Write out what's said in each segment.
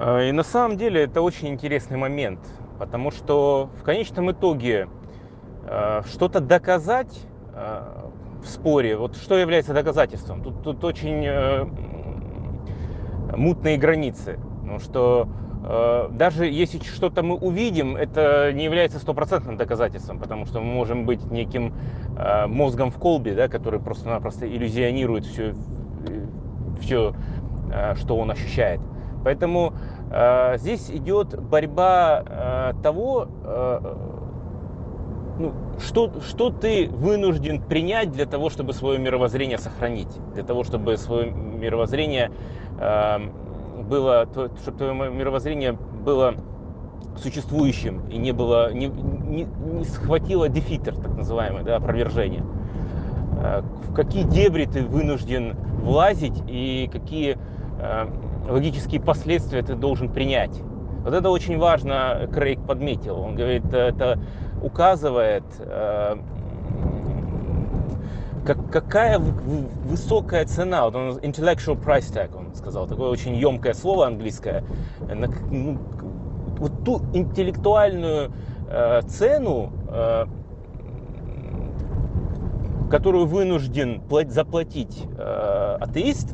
И на самом деле это очень интересный момент, потому что в конечном итоге что-то доказать в споре, вот что является доказательством, тут очень мутные границы, потому что даже если что-то мы увидим, это не является стопроцентным доказательством, потому что мы можем быть неким мозгом в колбе, да, который просто-напросто иллюзионирует все, что он ощущает. Поэтому здесь идет борьба того, ну, что ты вынужден принять для того, чтобы свое мировоззрение сохранить, для того, чтобы свое мировоззрение было, чтобы твое мировоззрение было существующим и не было, не схватило дефитер, так называемый, да, опровержение. В какие дебри ты вынужден влазить и какие логические последствия ты должен принять. Вот это очень важно, Крейг подметил. Он говорит, это указывает, какая высокая цена. Вот он intellectual price tag, он сказал, такое очень емкое слово английское. Ну, вот ту интеллектуальную цену, которую вынужден заплатить атеист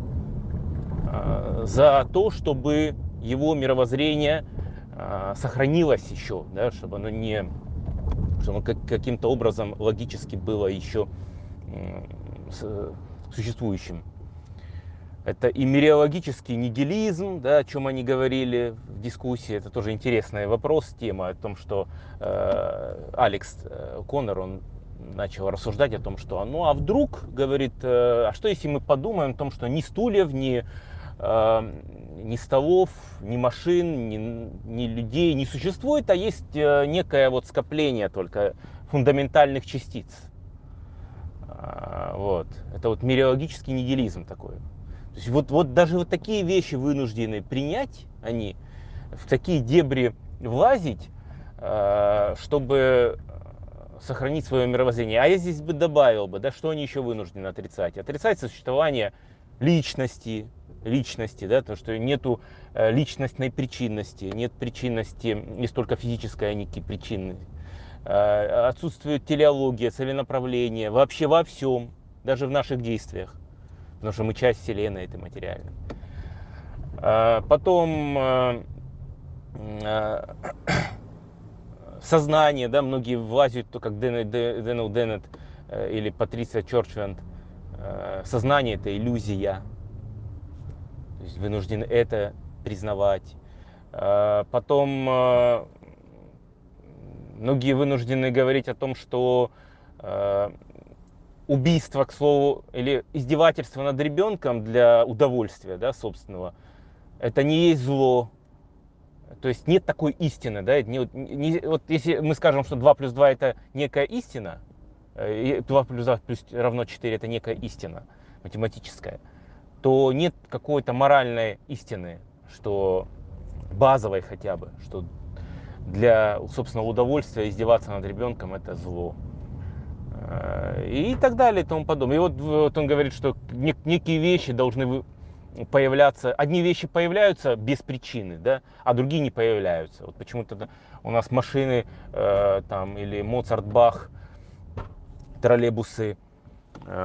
за то, чтобы его мировоззрение сохранилось еще, да, чтобы оно не, чтобы оно каким-то образом логически было еще существующим. Это и мириологический нигилизм, да, о чем они говорили в дискуссии. Это тоже интересный вопрос, тема о том, что Алекс Коннор, он начал рассуждать о том, что ну а вдруг, говорит, а что если мы подумаем о том, что ни стульев, ни столов, ни машин, ни людей не существует, а есть некое вот скопление только фундаментальных частиц. Вот. Это вот мириологический нигилизм такой. То есть вот даже вот такие вещи вынуждены принять они, в такие дебри влазить, чтобы сохранить свое мировоззрение. А я здесь бы добавил бы, да, что они еще вынуждены отрицать? Отрицать существование личности, да, то, что нету личностной причинности, нет причинности, есть только физическая некие причины. Отсутствует телеология, целенаправление, вообще во всем, даже в наших действиях, потому что мы часть Вселенной, это материально. Потом сознание, да, многие влазят, то как Дэнил Деннет или Патриция Чорчвенд, сознание это иллюзия, то есть вынуждены это признавать. Потом многие вынуждены говорить о том, что убийство, к слову, или издевательство над ребенком для удовольствия, да, собственного, это не есть зло. То есть нет такой истины, да, вот если мы скажем, что 2 плюс 2 это некая истина, 2 плюс 2 равно 4 это некая истина математическая, то нет какой-то моральной истины, что базовой хотя бы, что для собственного удовольствия издеваться над ребенком это зло. И так далее и тому подобное. И вот он говорит, что некие вещи должны появляться, одни вещи появляются без причины, да, а другие не появляются. Вот почему-то у нас машины там, или Моцарт, Бах, троллейбусы,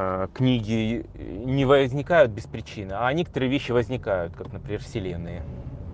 книги не возникают без причины, а некоторые вещи возникают, как, например, вселенные.